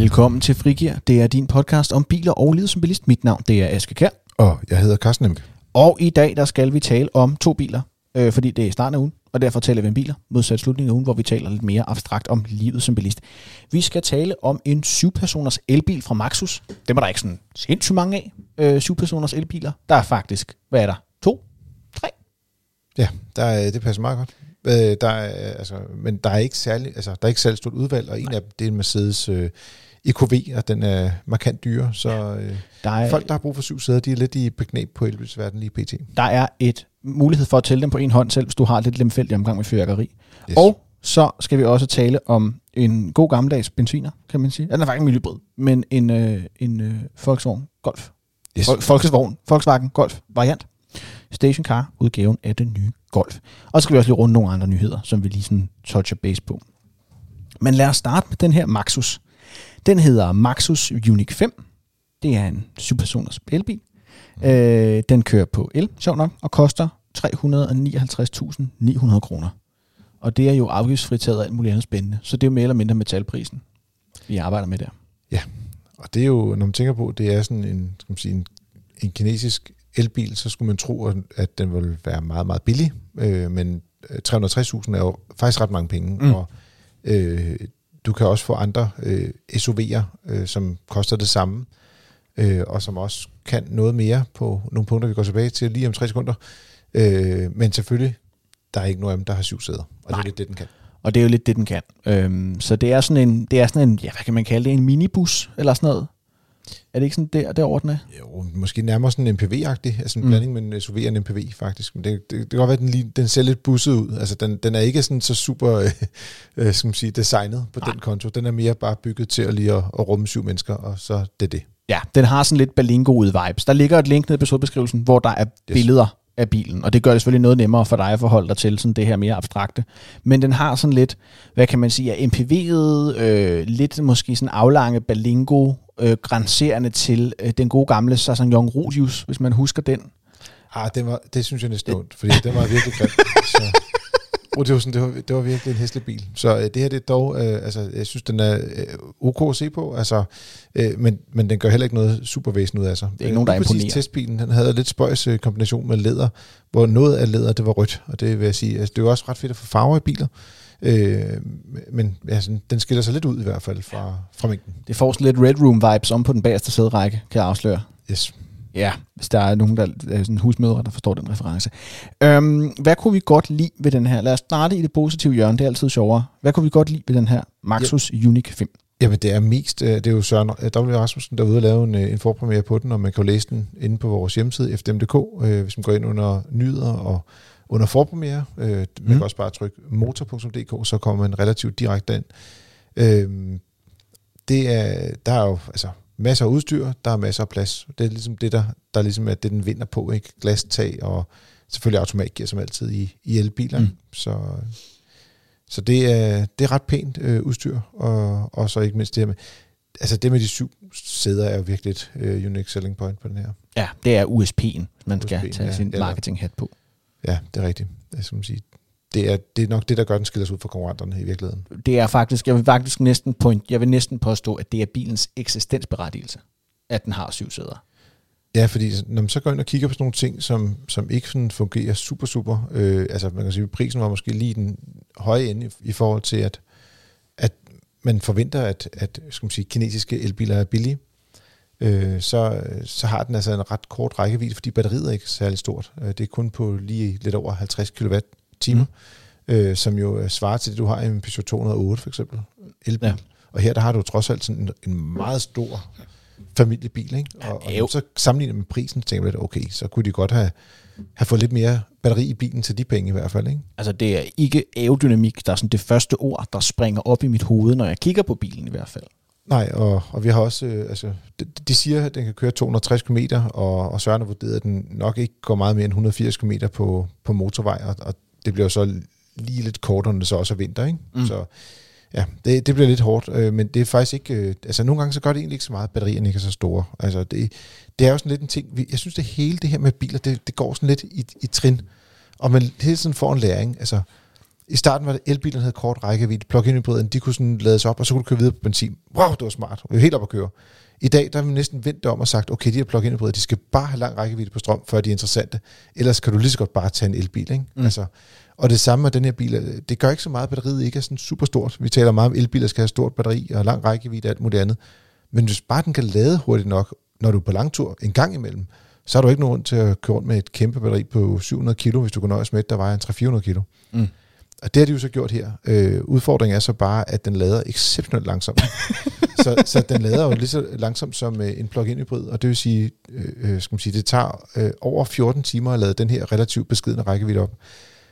Velkommen til Frigir. Det er din podcast om biler og livet som bilist. Mit navn det er Aske Kjær. Og jeg hedder Carsten Emke. Og i dag der skal vi tale om to biler, fordi det er starten af ugen, og derfor taler vi om biler, modsat slutningen af ugen, hvor vi taler lidt mere abstrakt om livet som bilist. Vi skal tale om en 7-personers elbil fra Maxus. Dem er der ikke sådan sindssygt mange af, 7-personers elbiler. Der er faktisk, hvad er der? 2? 3? Ja, det passer meget godt. Men der er ikke særlig, stort udvalg, og en af dem, det er en Mercedes EQV, og den er markant dyre, så folk, der har brug for 7 sæder, de er lidt i beknæb på elbilsverdenen lige pt. Der er et mulighed for at tælle dem på en hånd selv, hvis du har lidt lemfældig omgang med fyrværkeri. Yes. Og så skal vi også tale om en god gammeldags benziner, kan man sige. Den er faktisk en hybrid, men en Volkswagen Golf. Yes. Volkswagen Golf variant. Stationcar udgaven af den nye Golf. Og så skal vi også lige runde nogle andre nyheder, som vi lige sådan toucher base på. Men lad os starte med den her Maxus. Den hedder Maxus Uniq 5. Det er en 7-personers elbil. Den kører på el, sjovt nok, og koster 359.900 kroner. Og det er jo afgiftsfritaget af alt muligt andet spændende. Så det er jo mere eller mindre metalprisen, vi arbejder med der. Ja, og det er jo, når man tænker på, det er sådan en kinesisk elbil, så skulle man tro, at den ville være meget, meget billig. Men 360.000 er jo faktisk ret mange penge. Og du kan også få andre SUV'er, som koster det samme, og som også kan noget mere på nogle punkter, vi går tilbage til lige om 3 sekunder. Men selvfølgelig, der er ikke nogen af dem, der har 7 sæder, og det er lidt det, den kan. Og det er jo lidt det, den kan. Så det er sådan en, ja, hvad kan man kalde det, en minibus eller sådan noget? Er det ikke sådan derovre den er? Jo, måske nærmere sådan en MPV-agtig, altså en blanding med en SUV og en MPV faktisk. Men det kan godt være, at den ser lidt busset ud. Altså den er ikke sådan så super skal man sige, designet på den konto. Den er mere bare bygget til at lige at rumme 7 mennesker, og så det. Ja, den har sådan lidt Berlingo-ude vibes. Der ligger et link ned i episodebeskrivelsen, hvor der er billeder af bilen, og det gør det selvfølgelig noget nemmere for dig at forholde dig til sådan det her mere abstrakte. Men den har sådan lidt, hvad kan man sige, MPV'et, lidt måske sådan aflange Berlingo, grænserende til den gode gamle Ssangyong Rodius, hvis man husker den. Det synes jeg næsten ondt, fordi den var virkelig grim. Det var virkelig en hæslig bil. Så det her det er dog, jeg synes, den er ok at se på, men den gør heller ikke noget supervæsen ud af sig. Det er ikke nogen, der imponerer. Testbilen, den havde lidt spøjs kombination med læder, hvor noget af læder, det var rødt, og det vil jeg sige, det er jo også ret fedt at få farver i biler. Men den skiller sig lidt ud i hvert fald fra mængden. Det får sådan lidt Red Room vibes om på den bagerste sæderække, kan jeg afsløre. Yes. Ja, hvis der er nogen, der er sådan husmødre, der forstår den reference. Hvad kunne vi godt lide ved den her? Lad os starte i det positive hjørne, det er altid sjovere. Hvad kunne vi godt lide ved den her Maxus Uniq 5? Jamen det er mest, det er jo Søren W. Rasmussen, der er ude og lave en forpremiere på den, og man kan jo læse den inde på vores hjemmeside, fdm.dk, hvis man går ind under nyheder og under forpremiere. Man kan også bare trykke motor.dk, så kommer man relativt direkte ind. Der er jo masser af udstyr, der er masser af plads. Det er ligesom det, der ligesom er det, den vinder på, ikke? Glastag og selvfølgelig automatgear som altid i elbiler. Så det er ret pænt udstyr, og så ikke mindst det her med, det med de 7 sæder er jo virkelig et unique selling point på den her. Ja, det er USP'en, man skal tage sin marketinghat på. Ja, det er rigtigt. Det skal man sige. Det er nok det, der gør den skiller sig ud fra konkurrenterne i virkeligheden. Det er faktisk, jeg vil næsten påstå, at det er bilens eksistensberettigelse, at den har 7 sæder. Ja, fordi når man så går ind og kigger på sådan nogle ting, som ikke sådan fungerer super, man kan sige, at prisen var måske lige den høje ende i forhold til, at man forventer, at skal man sige, kinesiske elbiler er billige, så har den altså en ret kort rækkevidde, fordi batteriet er ikke særlig stort. Det er kun på lige lidt over 50 kWh, som jo svarer til det, du har i en Peugeot 208 for eksempel, elbil. Ja. Og her der har du trods alt sådan en meget stor familiebil, ikke? Og så sammenlignet med prisen, tænker jeg lidt, okay, så kunne de godt have fået lidt mere batteri i bilen til de penge i hvert fald, ikke? Altså det er ikke aerodynamik, der er sådan det første ord, der springer op i mit hoved, når jeg kigger på bilen i hvert fald. Nej, og vi har også, de siger, at den kan køre 260 km, og Søren har vurderet, at den nok ikke går meget mere end 180 km på motorvej, og det bliver så lige lidt kortere, når det så også er vinter, ikke? Så ja, det bliver lidt hårdt, men det er faktisk ikke, nogle gange så gør det egentlig ikke så meget, at batterierne ikke er så store. Det er jo sådan lidt en ting, jeg synes det hele det her med biler, det går sådan lidt i trin, og man hele tiden får en læring. I starten var det elbilerne havde kort rækkevidde, plug-in hybriderne, de kunne sådan lades op, og så kunne du køre videre på benzin. Wow, det var smart. Vi var helt op at køre. I dag, der har vi næsten vendt om og sagt, okay, de her plug-in hybrider, de skal bare have lang rækkevidde på strøm, før de er interessante. Ellers kan du lige så godt bare tage en elbil, ikke? Altså, og det samme med den her bil, det gør ikke så meget, at batteriet ikke er sådan super stort. Vi taler meget om, at elbiler skal have stort batteri og lang rækkevidde og alt muligt andet. Men hvis bare den kan lade hurtigt nok, når du er på langtur en gang imellem, så har du ikke nogen til at køre rundt med et kæmpe batteri på 700 kilo, hvis du kan nøjes med et, der vejer 300-400 kilo. Og det har de jo så gjort her. Udfordringen er så bare, at den lader exceptionelt langsomt. så den lader jo lige så langsomt som en plug-in hybrid, og det vil sige, det tager over 14 timer at lade den her relativt beskedne rækkevidde op.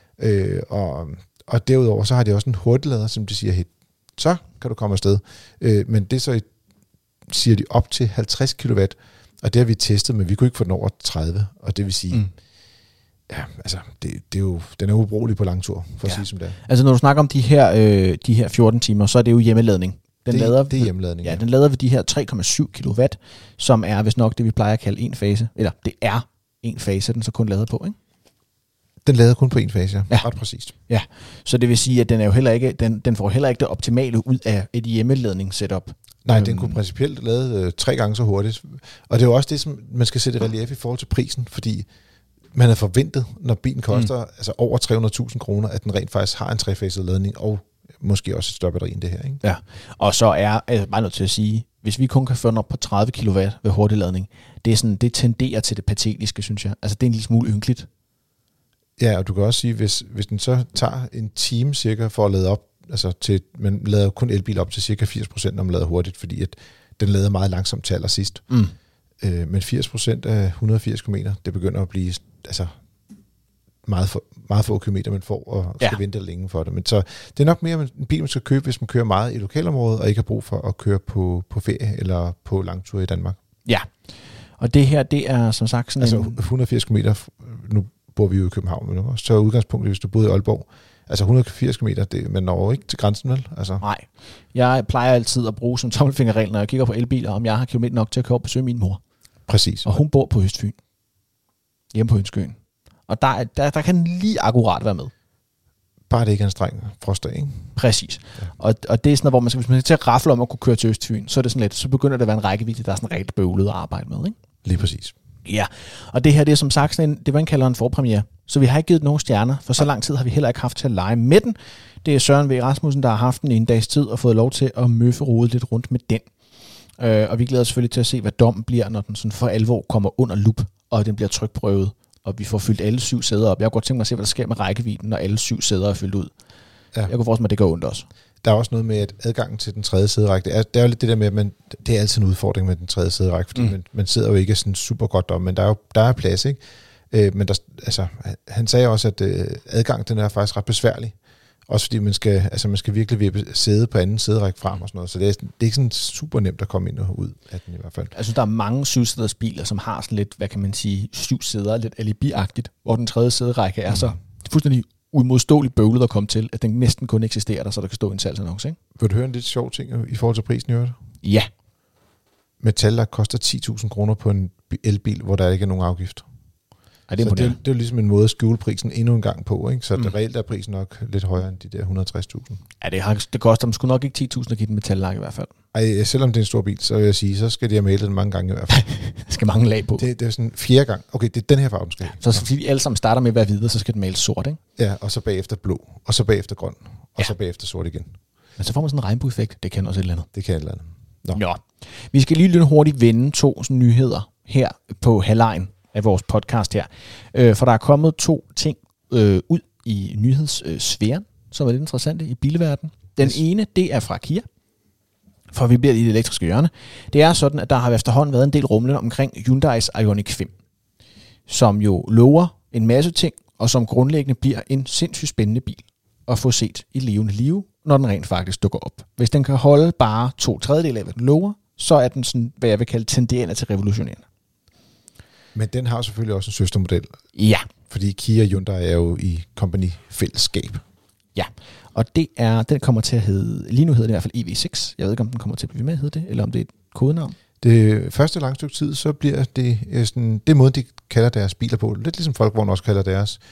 Og derudover så har de også en hurtiglader, som de siger, hey, så kan du komme afsted. Men det så siger de op til 50 kW, og det har vi testet, men vi kunne ikke få den over 30, og det vil sige, ja, altså, det er jo, den er ubrugelig på langtur, for at sige som det er. Altså, når du snakker om de her 14 timer, så er det jo hjemmeladning. Det er hjemmeladning. Ja, den lader ved de her 3,7 kW, som er vist nok det, vi plejer at kalde en fase. Eller det er en fase, den så kun lader på, ikke? Den lader kun på en fase, ja. Ret præcist. Ja, så det vil sige, at den er jo heller ikke, den får heller ikke det optimale ud af et hjemmeladningssetup. Nej, den kunne principielt lade 3 gange så hurtigt. Og det er jo også det, som man skal sætte i relief i forhold til prisen, fordi man havde forventet, når bilen koster altså over 300.000 kroner, at den rent faktisk har en 3-faset ladning, og måske også et større batteri end det her. Ikke? Ja, og så er jeg bare nødt til at sige, hvis vi kun kan få den op på 30 kW ved hurtigladning, det tenderer til det patetiske, synes jeg. Altså det er en lille smule ynkeligt. Ja, og du kan også sige, hvis den så tager en time cirka for at lade op, altså man lader kun elbil op til cirka 80%, når man lader hurtigt, fordi at den lader meget langsomt til allersidst. Men 80% af 180 km, det begynder at blive altså meget få kilometer, man får, og skal vente længe for det. Men så det er nok mere en bil, man skal købe, hvis man kører meget i lokalområdet, og ikke har brug for at køre på ferie eller på langtur i Danmark. Ja, og det her, det er som sagt sådan altså 180 km, nu bor vi jo i København, men så er udgangspunktet, hvis du boede i Aalborg, altså 180 km, man når ikke til grænsen, vel? Altså. Nej, jeg plejer altid at bruge som tommelfingerregel, når jeg kigger på elbiler, om jeg har kilometer nok til at køre op og besøge min mor. Præcis. Og hun bor på Østfyn. Hjemme på Ønskøen. Og der kan den lige akkurat være med. Bare det ikke er en streng frostdag, ikke? Præcis. Ja. Og det er sådan, hvor man skal, hvis man skal til at rafle om at kunne køre til Østfyn, så er det sådan lidt, så begynder det at være en rækkevidde, der er sådan rigtig bøvlet at arbejde med, ikke? Lige præcis. Ja, og det her, det er som sagt sådan det var en kalder en forpremiere. Så vi har ikke givet nogen stjerner, for så lang tid har vi heller ikke haft til at lege med den. Det er Søren V. Rasmussen, der har haft den i en dags tid og fået lov til at møfferode lidt rundt med den. Og vi glæder os selvfølgelig til at se, hvad dommen bliver, når den sådan for alvor kommer under lup, og den bliver trykprøvet, og vi får fyldt alle 7 sæder op. Jeg kunne godt tænke mig at se, hvad der sker med rækkevidden, når alle 7 sæder er fyldt ud. Ja. Jeg kunne forestille mig, at det går ondt også. Der er også noget med, at adgangen til den tredje sæderække, det er jo lidt det der med, at det er altid en udfordring med den tredje sæderække, fordi man sidder jo ikke sådan super godt om, men der er plads, ikke? Men han sagde også, at adgangen den er faktisk ret besværlig. Også fordi man skal virkelig vippe sæde på anden sæderække frem og sådan noget. Så det er ikke sådan super nemt at komme ind og ud af den i hvert fald. Jeg synes, der er mange 7-sæders biler, som har sådan lidt, hvad kan man sige, 7 sæder, lidt alibi-agtigt, hvor den tredje sæderække er så fuldstændig udmodståeligt bøvlet at komme til, at den næsten kun eksisterer der, så der kan stå en salgsannonce, ikke? Vil du høre en lidt sjov ting i forhold til prisen i øvrigt? Ja. Metallag koster 10.000 kroner på en elbil, hvor der ikke er nogen afgift. Ja, det er jo ligesom en måde at skjule prisen endnu en gang på, ikke? Så det reelt er prisen nok lidt højere end de der 160.000. Ja, det koster dem sgu nok ikke 10.000 at give den metallag i hvert fald. Ej, selvom det er en stor bil, så vil jeg sige, så skal de have malet den mange gange i hvert fald. skal mange lag på. Det er sådan 4 gang. Okay, det er den her farve, den skal have. Så fordi alle sammen starter med at være hvide, så skal den males sort, ikke? Ja, og så bagefter blå, og så bagefter grøn, og så bagefter sort igen. Men så får man sådan en regnbueeffekt. Det kan også et eller andet. Det kan et eller andet. Nå. Vi skal lige hurtigt vende 2 sådan nyheder her på halvlejen af vores podcast her. For der er kommet 2 ting ud i nyhedssfæren, som er lidt interessante i bilverdenen. Den ene, det er fra Kia, for vi bliver i det elektriske hjørne. Det er sådan, at der har efterhånden været en del rumlen omkring Hyundai's Ioniq 5, som jo lover en masse ting, og som grundlæggende bliver en sindssygt spændende bil at få set i levende live, når den rent faktisk dukker op. Hvis den kan holde bare 2/3 af, hvad den lover, så er den sådan, hvad jeg vil kalde tenderende til revolutionerende. Men den har selvfølgelig også en søstermodel. Ja. Fordi Kia og Hyundai er jo i company-fællesskab. Ja, og den kommer til at hedde, lige nu hedder den i hvert fald EV6. Jeg ved ikke, om den kommer til at blive med at hedde det, eller om det er et kodenavn. Det første langt stykke tid, så bliver det sådan, det måde, de kalder deres biler på. Lidt ligesom Volkswagen også kalder deres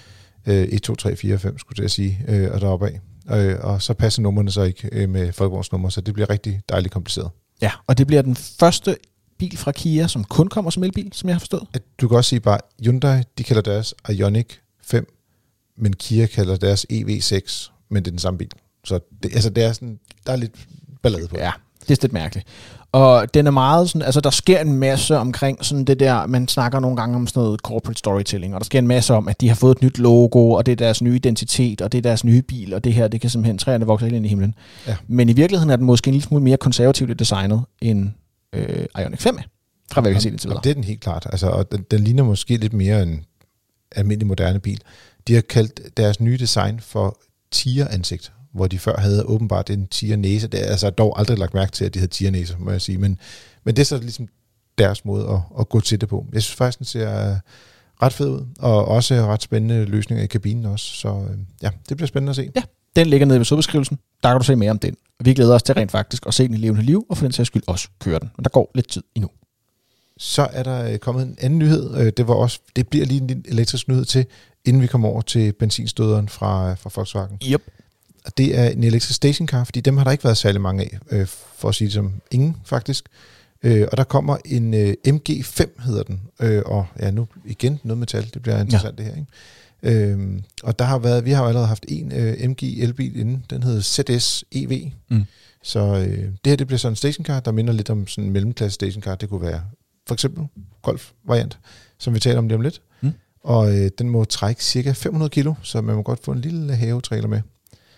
1, 2, 3, 4, 5, skulle jeg sige, og deroppe af. Og så passer numrene så ikke med folkevognsnummer, så det bliver rigtig dejligt kompliceret. Ja, og det bliver den første bil fra Kia, som kun kommer som elbil, som jeg har forstået. Du kan også sige bare, Hyundai, de kalder deres Ioniq 5, men Kia kalder deres EV6, men det er den samme bil. Så det er sådan, der er lidt ballade på. Ja, det er lidt mærkeligt. Og den er meget sådan, altså der sker en masse omkring sådan det der, man snakker nogle gange om sådan noget corporate storytelling, og der sker en masse om, at de har fået et nyt logo, og det er deres nye identitet, og det er deres nye bil, og det her, det kan simpelthen træerne vokse helt ind i himlen. Ja. Men i virkeligheden er den måske en lille smule mere konservativt designet end Ioniq 5 fra hvad vi kan se det til videre. Det er den helt klart, altså, og den ligner måske lidt mere en almindelig moderne bil. De har kaldt deres nye design for tiger-ansigt, hvor de før havde åbenbart en tiger-næse. Det er altså dog aldrig lagt mærke til, at de havde tiger-næse, må jeg sige. Men det er så ligesom deres måde at gå til det på. Jeg synes faktisk, den ser ret fed ud, og også ret spændende løsninger i kabinen også. Så ja, det bliver spændende at se. Ja, den ligger nede ved episodebeskrivelsen. Der kan du se mere om den. Vi glæder os til rent faktisk at se den i levende liv, og for den sags skyld også køre den. Men der går lidt tid endnu. Så er der kommet en anden nyhed. Det bliver lige en elektrisk nyhed til, inden vi kommer over til benzinstøderen fra Volkswagen. Yep. Det er en elektrisk stationcar, fordi dem har der ikke været særlig mange af, for at sige det som ingen faktisk. Og der kommer en MG5 hedder den, og ja, nu igen noget metal, det bliver interessant det her, ikke? Og vi har jo allerede haft en MG elbil inden, den hedder ZS EV. Så det her, det bliver sådan en stationcar, der minder lidt om sådan en mellemklasse stationcar. Det kunne være for eksempel Golf-variant, som vi taler om lige om lidt. Og den må trække cirka 500 kilo, så man må godt få en lille havetrailer med.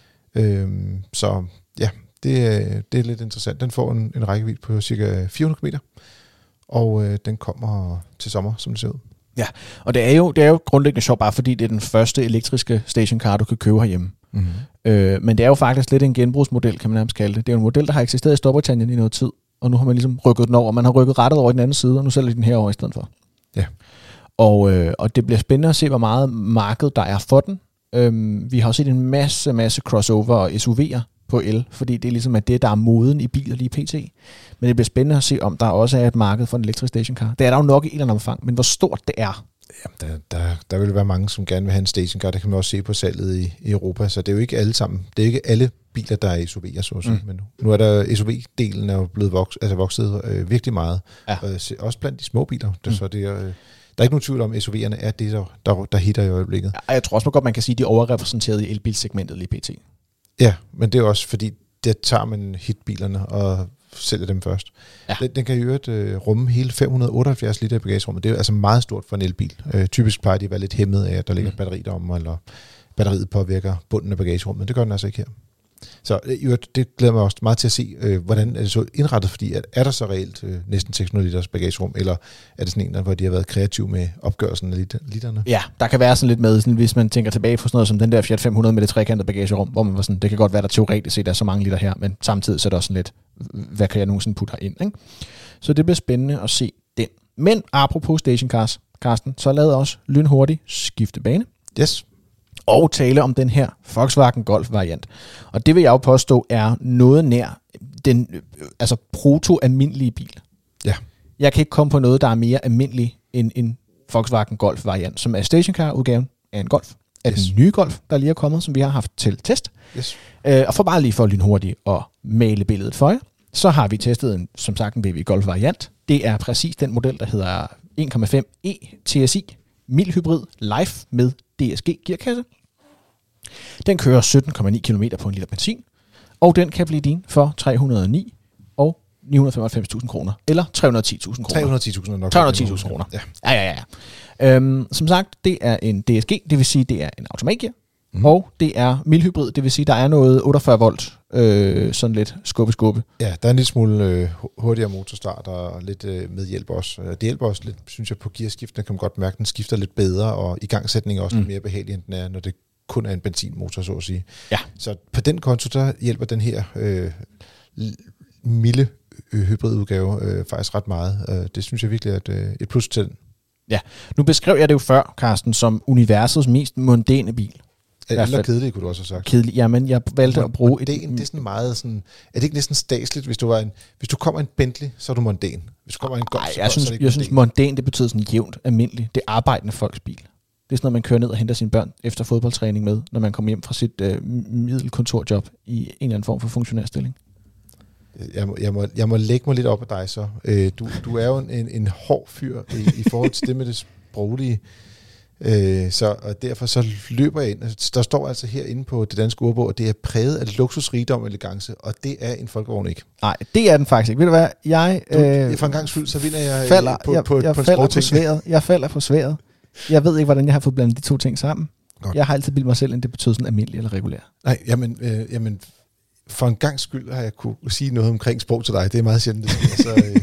Så ja, det er lidt interessant. Den får en rækkevidde på cirka 400 meter, og den kommer til sommer, som det ser ud. Ja, og det er jo grundlæggende sjovt, bare fordi det er den første elektriske stationcar, du kan købe herhjemme. Men det er jo faktisk lidt en genbrugsmodel, kan man nærmest kalde det. Det er jo en model, der har eksisteret i Storbritannien i noget tid, og nu har man ligesom rykket den over. Man har rykket rettet over i den anden side, og nu sælger de den herover i stedet for. Ja. Og det bliver spændende at se, hvor meget marked der er for den. Vi har også set en masse crossover og SUV'er på el, fordi det er ligesom at det, der er moden i biler lige pt. Men det bliver spændende at se, om der også er et marked for en elektrisk stationcar. Det er der jo nok i en eller anden omfang, men hvor stort det er. Jamen, der vil være mange, som gerne vil have en stationcar. Det kan man også se på salget i Europa, så det er jo ikke alle sammen. Det er ikke alle biler, der er SUV'er, så at sige. Men nu er der SUV-delen er jo blevet vokset virkelig meget. Ja. Også blandt de små biler. Så det er... Der er ikke nogen tvivl om, at SUV'erne er det, der hitter i øjeblikket. Ja, jeg tror også godt, man kan sige, at de er overrepræsenteret i elbilsegmentet lige pt. Ja, men det er også fordi, der tager man hitbilerne og sælger dem først. Ja. Den kan jo rumme hele 578 liter i bagagerummet. Det er jo altså meget stort for en elbil. Typisk plejer de at være lidt hæmmet af, at der ligger batteri derom, eller batteriet påvirker bunden af bagagerummet, men det gør den altså ikke her. Så det glæder mig også meget til at se, hvordan er det så indrettet, fordi er der så reelt næsten 600 liters bagagerum, eller er det sådan en, hvor de har været kreativ med opgørelsen af literne? Ja, der kan være sådan lidt med, sådan, hvis man tænker tilbage på sådan noget som den der Fiat 500 med det trekantede bagagerum, hvor man var sådan, det kan godt være, der teoretisk set er så mange liter her, men samtidig så er det også sådan lidt, hvad kan jeg nogensinde putte herind, ikke? Så det bliver spændende at se den. Men apropos stationcars, Carsten, så lavede også lynhurtigt skifte bane. Yes. Og tale om den her Volkswagen Golf-variant. Og det vil jeg jo påstå er noget nær den proto-almindelige bil. Ja. Jeg kan ikke komme på noget, der er mere almindelig end en Volkswagen Golf-variant, som er stationcar-udgaven af en Golf. Af den nye Golf, der lige er kommet, som vi har haft til test. Yes. Og for bare lige for lynhurtigt at male billedet for jer, så har vi testet en VW Golf-variant. Det er præcis den model, der hedder 1,5e TSI mild hybrid live med DSG-gearkasse. Den kører 17,9 km på en liter benzin, og den kan blive din for 309 og 995.000 kroner, eller 310.000 kroner. 310.000 nok. 310.000 kroner. Ja. Som sagt, det er en DSG, det vil sige, det er en automatgear, og det er mildhybrid, det vil sige, der er noget 48 volt, sådan lidt skubbe. Ja, der er en lille smule hurtigere motorstart og lidt medhjælp også. Det hjælper også lidt, synes jeg, på gearskiftene, kan man godt mærke, den skifter lidt bedre, og igangsætningen er også lidt mere behagelig, end den er, når det kun er en benzinmotor, så at sige. Ja. Så på den konto, der hjælper den her milde hybridudgave faktisk ret meget. Det synes jeg virkelig er et plus til den. Ja, nu beskrev jeg det jo før, Carsten, som universets mest mondæne bil. Eller kedelig, kunne du også have sagt. Kedelig, jamen jeg valgte at bruge det er sådan meget sådan, er det ikke næsten statsligt, hvis du kommer en Bentley, så er du mondæn. Hvis du kommer en Golf, jeg synes mondæn, det betyder sådan jævnt almindeligt. Det er arbejdende folks bil. Det er sådan noget, man kører ned og henter sine børn efter fodboldtræning med, når man kommer hjem fra sit middelkontorjob i en eller anden form for funktionærstilling. Jeg må lægge mig lidt op af dig så. Du er jo en hård fyr i forhold til det med det sproglige. Og derfor så løber jeg ind. Der står altså herinde på det danske ordbog, at det er præget af luksusrigdom og elegance, og det er en folkevogn ikke. Nej, det er den faktisk ikke. Ved du hvad? For en gang skyld, så vinder jeg Jeg falder på sværet. Jeg ved ikke, hvordan jeg har fået blandet de to ting sammen. Godt. Jeg har altid bildet mig selv, at det betød sådan almindelig eller regulær. Nej, jamen for en gang skyld har jeg kunne sige noget omkring sprog til dig. Det er meget sjældent, det sker.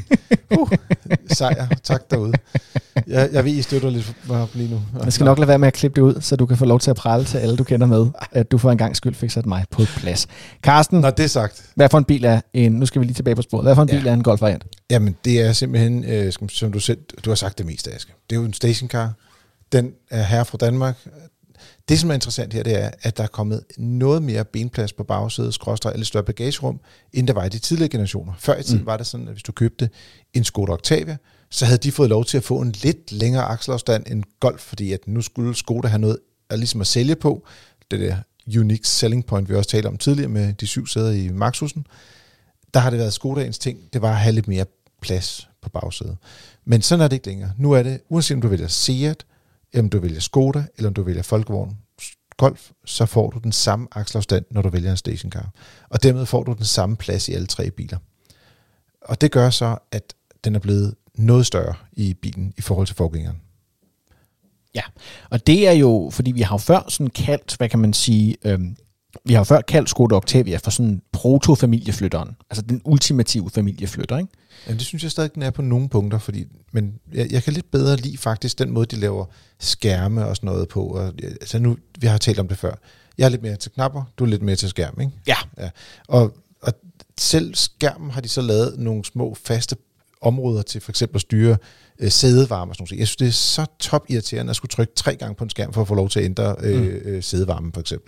Så sejr. Tak derude. Jeg ved, I støtter lidt op lige nu. Jeg skal nok lade være med at klippe det ud, så du kan få lov til at prale til alle, du kender med, at du for en gang skyld fik sat mig på plads. Carsten, når det er sagt. Hvad for en bil er en... Nu skal vi lige tilbage på sporet. Hvad for en bil er en Golf-variant? Jamen, det er simpelthen, som du har sagt det meste, Aske. Det er jo en stationcar. Den er her fra Danmark. Det, som er interessant her, det er, at der er kommet noget mere benplads på bagsædet, skråstreg eller større bagagerum, end der var i de tidligere generationer. Før i tiden var det sådan, at hvis du købte en Skoda Octavia, så havde de fået lov til at få en lidt længere akselafstand end Golf, fordi at nu skulle Skoda have noget ligesom at sælge på. Det der unique selling point, vi også talte om tidligere med de 7 sæder i Maxussen. Der har det været Skodaens ting, det var at have lidt mere plads på bagsædet. Men sådan er det ikke længere. Nu er det, uanset om du vælger Seat, om du vælger Skoda, eller om du vælger Folkevogn Golf, så får du den samme akselafstand, når du vælger en stationcar. Og dermed får du den samme plads i alle 3 biler. Og det gør så, at den er blevet noget større i bilen i forhold til forgængeren. Ja, og det er jo, fordi vi har jo før sådan kaldt, hvad kan man sige, vi har jo før kaldt Skoda Octavia for sådan proto-familieflytteren. Altså den ultimative familieflytter, ikke? Jamen, det synes jeg stadig, den er på nogle punkter, men jeg kan lidt bedre lide faktisk den måde, de laver skærme og sådan noget på. Og, altså nu, vi har talt om det før. Jeg er lidt mere til knapper, du er lidt mere til skærm, ikke? Ja. Og selv skærmen har de så lavet nogle små faste områder til for eksempel at styre sædevarme og sådan noget. Jeg synes, det er så topirriterende at skulle trykke 3 gange på en skærm for at få lov til at ændre sædevarmen for eksempel.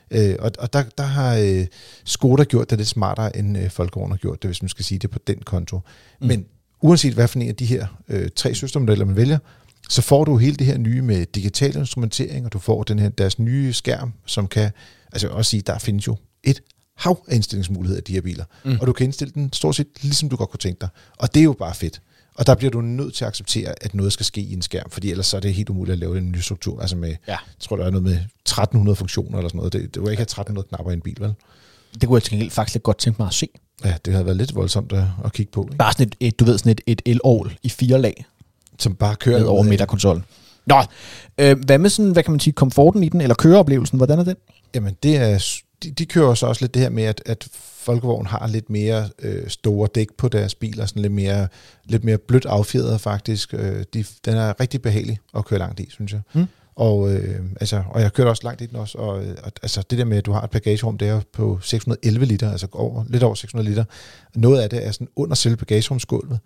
Og der har Skoda gjort det lidt smartere, end Folkevogn har gjort det, hvis man skal sige det på den konto. Men uanset hvad for en af de her 3 søstermodeller, man vælger, så får du hele det her nye med digital instrumentering, og du får deres nye skærm, som kan, altså også sige, der findes jo et hav af indstillingsmuligheder i de her biler. Og du kan indstille den stort set ligesom du godt kunne tænke dig. Og det er jo bare fedt. Og der bliver du nødt til at acceptere, at noget skal ske i en skærm, fordi ellers så er det helt umuligt at lave en ny struktur. Altså med, jeg tror, der er noget med 1300 funktioner eller sådan noget. Det var ikke have 1300 knapper i en bil, vel? Det kunne jeg til faktisk lidt godt tænke mig at se. Ja, det havde været lidt voldsomt at kigge på. Ikke? Bare sådan et el-ål i 4 lag. Som bare kører over midterkonsollen. Nå, hvad med sådan, hvad kan man sige, komforten i den, eller køreoplevelsen, hvordan er den? Jamen, det er... De kører så også lidt det her med, at Folkevogn har lidt mere store dæk på deres biler, sådan lidt mere blødt affjedret faktisk. Den er rigtig behagelig at køre langt i, synes jeg. Og jeg har kørt også langt i den også, og altså det der med, at du har et bagagerum der på 611 liter, altså lidt over 600 liter. Noget af det er sådan under selve bagagerumsgulvet,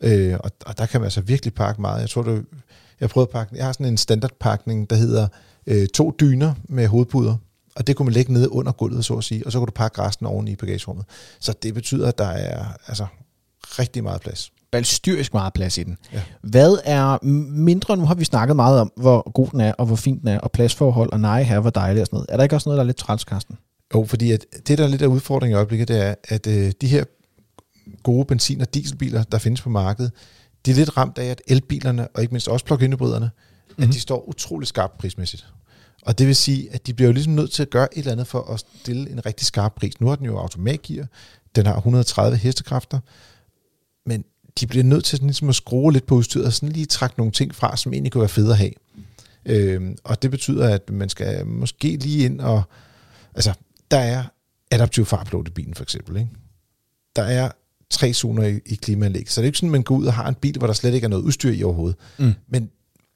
og der kan man altså virkelig pakke meget. Jeg tror, jeg prøvede at pakke. Jeg har sådan en standardpakning, der hedder 2 dyner med hovedpuder. Og det kunne man lægge nede under gulvet, så at sige, og så kunne du pakke resten oven i bagagerummet. Så det betyder, at der er altså rigtig meget plads. Balstyrisk meget plads i den. Ja. Hvad er mindre, nu har vi snakket meget om, hvor god den er, og hvor fint den er, og pladsforhold, og nej, her, hvor dejligt og sådan noget. Er der ikke også noget, der er lidt træls, Carsten? Jo, fordi at det, der er lidt af udfordringen i øjeblikket, det er, at de her gode benzin- og dieselbiler, der findes på markedet, de er lidt ramt af, at elbilerne, og ikke mindst også plug-in-hybriderne, at de står utrolig skarpt prismæssigt. Og det vil sige, at de bliver jo ligesom nødt til at gøre et eller andet for at stille en rigtig skarp pris. Nu har den jo automatgear, den har 130 hestekræfter, men de bliver nødt til ligesom at skrue lidt på udstyret og sådan lige trække nogle ting fra, som egentlig kunne være fede at have. Og det betyder, at man skal måske lige ind og... Altså, der er adaptiv fartpilot i bilen for eksempel, ikke? Der er 3 zoner i klimaanlæg, så det er ikke sådan, at man går ud og har en bil, hvor der slet ikke er noget udstyr i overhovedet. Men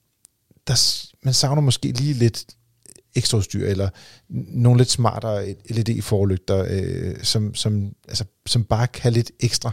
man savner måske lige lidt ekstra udstyr, eller nogle lidt smartere LED-forlygter, som bare kan lidt ekstra.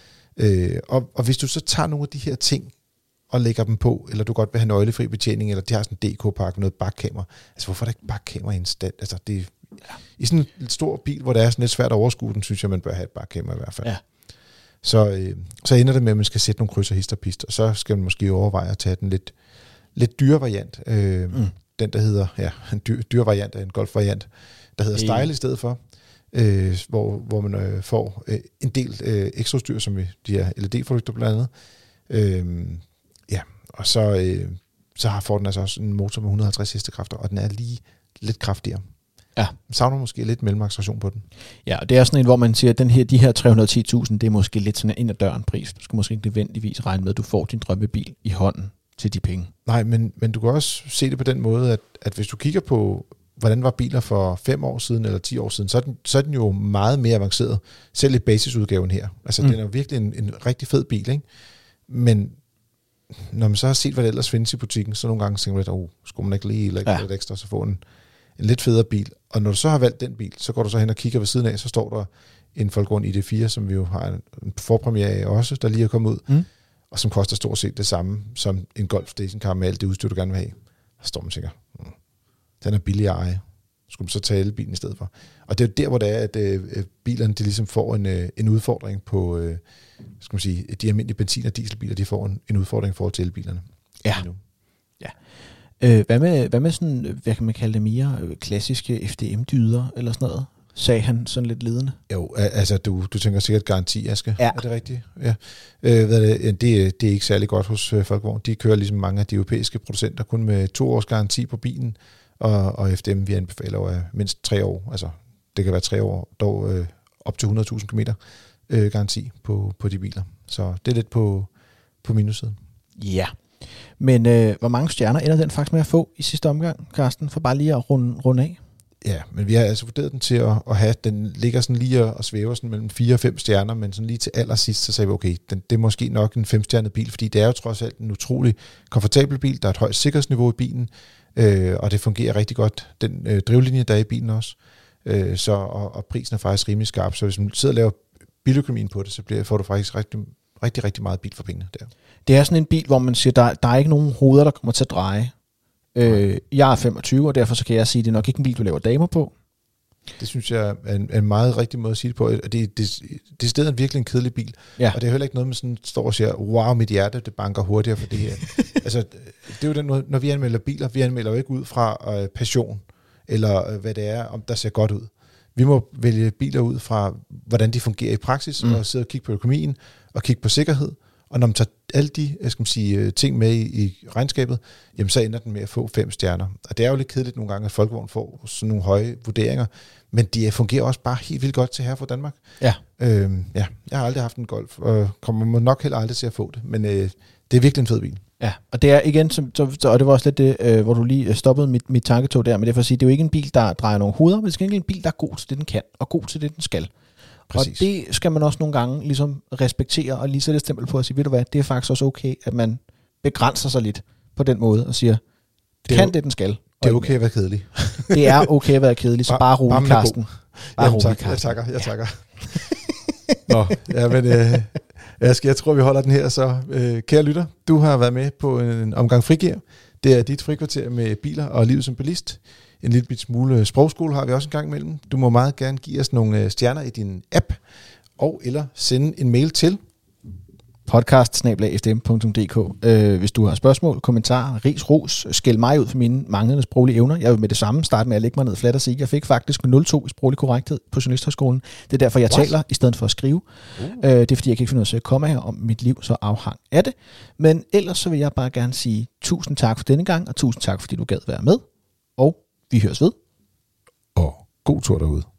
Og hvis du så tager nogle af de her ting, og lægger dem på, eller du godt vil have nøglefri betjening, eller de har sådan en DK-pakke, noget bakkamera. Altså, hvorfor er der ikke bakkamera i en stand? Altså, det i sådan en stor bil, hvor det er sådan lidt svært at overskue den, synes jeg, man bør have et bakkamera i hvert fald. Ja. Så ender det med, at man skal sætte nogle kryds og hist og pist, og så skal man måske overveje at tage den lidt lidt dyre variant. Den, der hedder, en dyre variant af en Golf-variant, der hedder Style i stedet for, hvor man får en del ekstraudstyr, som de her LED-produkter blandt andet. Og så får den altså også en motor med 150 hestekræfter, og den er lige lidt kraftigere. Ja. Man savner måske lidt mellemacceleration på den. Ja, og det er sådan en, hvor man siger, at de her 310.000, det er måske lidt sådan en ind ad døren pris. Du skal måske ikke nødvendigvis regne med, at du får din drømmebil i hånden til de penge. Nej, men du kan også se det på den måde, at hvis du kigger på, hvordan var biler for 5 år siden eller 10 år siden, så er den jo meget mere avanceret. Selv i basisudgaven her. Altså, den er jo virkelig en rigtig fed bil, ikke? Men når man så har set, hvad det ellers findes i butikken, så nogle gange tænker man lidt, skulle man ikke lige lægge lidt ekstra, så få en lidt federe bil. Og når du så har valgt den bil, så går du så hen og kigger ved siden af, så står der en Volkswagen ID4, som vi jo har en forpremiere af også, der lige er kommet ud, og som koster stort set det samme som en Golf stationcar med alt det udstyr, du gerne vil have. Så står man og tænker, den er billig at eje. Skulle man så tage elbilen i stedet for. Og det er jo der, hvor det er, at bilerne de ligesom får en udfordring på, skal man sige, de almindelige benzin- og dieselbiler, de får en udfordring i forhold til elbilerne. Ja. Hvad med sådan, hvad kan man kalde det, mere klassiske FDM-dyder eller sådan noget? Sagde han sådan lidt ledende. Jo, altså du tænker sikkert garanti, Aske. Ja. Er det rigtigt? Ja. Det er ikke særlig godt hos Volkswagen. De kører ligesom mange af de europæiske producenter kun med 2 års garanti på bilen, og FDM vi anbefaler jo mindst 3 år. Altså det kan være 3 år, dog op til 100.000 km garanti på de biler. Så det er lidt på minussiden. Ja. Men hvor mange stjerner ender den faktisk med at få i sidste omgang, Carsten, for bare lige at runde af? Ja, men vi har altså vurderet den til at have, den ligger sådan lige og svæver sådan mellem 4 og 5 stjerner, men sådan lige til allersidst, så sagde vi, okay, det er måske nok en 5-stjernet bil, fordi det er jo trods alt en utrolig komfortabel bil, der er et højt sikkerhedsniveau i bilen, og det fungerer rigtig godt, den drivlinje, der er i bilen også, og prisen er faktisk rimelig skarp, så hvis man sidder og laver biløkonomien på det, så får du faktisk rigtig meget bil for pengene der. Det er sådan en bil, hvor man siger, der er ikke nogen hoveder, der kommer til at dreje. Jeg er 25, og derfor så kan jeg sige, at det er nok ikke en bil, du laver damer på. Det synes jeg er en meget rigtig måde at sige det på. Det er stedet virkelig en kedelig bil. Ja. Og det er heller ikke noget, man sådan står og siger, wow, mit hjerte, det banker hurtigere for det her. Altså, det er jo den måde, når vi anmelder biler, vi anmelder jo ikke ud fra passion, eller hvad det er, om der ser godt ud. Vi må vælge biler ud fra, hvordan de fungerer i praksis, og sidde og kigge på økonomien, og kigge på sikkerhed. Og når man tager alle de ting med i regnskabet, jamen så ender den med at få 5 stjerner. Og det er jo lidt kedeligt nogle gange, at Volkswagen får sådan nogle høje vurderinger, men de fungerer også bare helt vildt godt til her fra Danmark. Ja. Jeg har aldrig haft en Golf, og kommer nok heller aldrig til at få det, men det er virkelig en fed bil. Ja, og det er igen, og det var også lidt det, hvor du lige stoppede mit tanketog der, men det er for at sige, det er jo ikke en bil, der drejer nogle hoveder, men det er en bil, der er god til det, den kan, og god til det, den skal. Præcis. Og det skal man også nogle gange ligesom respektere, og lige sætte et stempel på at sige, ved du hvad, det er faktisk også okay, at man begrænser sig lidt på den måde, og siger, det den skal. Det er okay at være kedelig. Det er okay at være kedelig, så bare rolig, Carsten. Jeg takker. Nå, ja, men jeg tror, vi holder den her, så kære lytter, du har været med på en omgang Frigir. Det er dit frikvarter med biler og livet som bilist. En lille smule sprogskole har vi også en gang imellem. Du må meget gerne give os nogle stjerner i din app, eller sende en mail til podcast@fdm.dk. Hvis du har spørgsmål, kommentarer, ris, ros, skæld mig ud for mine manglende sproglige evner. Jeg vil med det samme starte med at lægge mig ned fladt og sige, jeg fik faktisk 0,2 i sproglig korrekthed på Journalisthøjskolen. Det er derfor, jeg taler i stedet for at skrive. Det er fordi, jeg kan ikke finde ud af at komme her om mit liv, så afhang af det. Men ellers så vil jeg bare gerne sige tusind tak for denne gang, og tusind tak, fordi du gad være med. Og vi høres ved. Og god tur derude.